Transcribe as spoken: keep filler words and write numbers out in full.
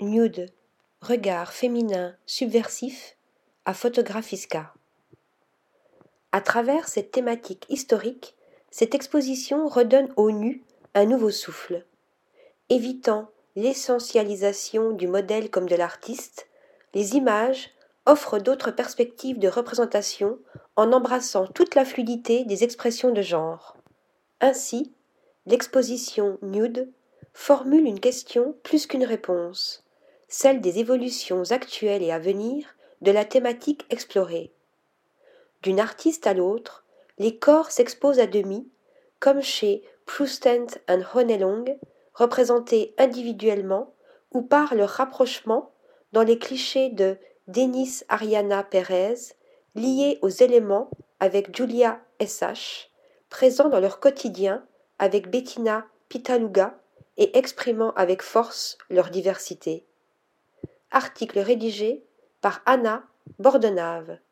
Nude, regard féminin subversif à Photographiska. À travers cette thématique historique, cette exposition redonne au nu un nouveau souffle. Évitant l'essentialisation du modèle comme de l'artiste, les images offrent d'autres perspectives de représentation en embrassant toute la fluidité des expressions de genre. Ainsi, l'exposition Nude formule une question plus qu'une réponse, celle des évolutions actuelles et à venir de la thématique explorée. D'une artiste à l'autre, les corps s'exposent à demi, comme chez Prousten et Honelong, représentés individuellement ou par leur rapprochement dans les clichés de Dennis Ariana Pérez, liés aux éléments avec Julia S H, présents dans leur quotidien avec Bettina Pitaluga et exprimant avec force leur diversité. Article rédigé par Anna Bordenave.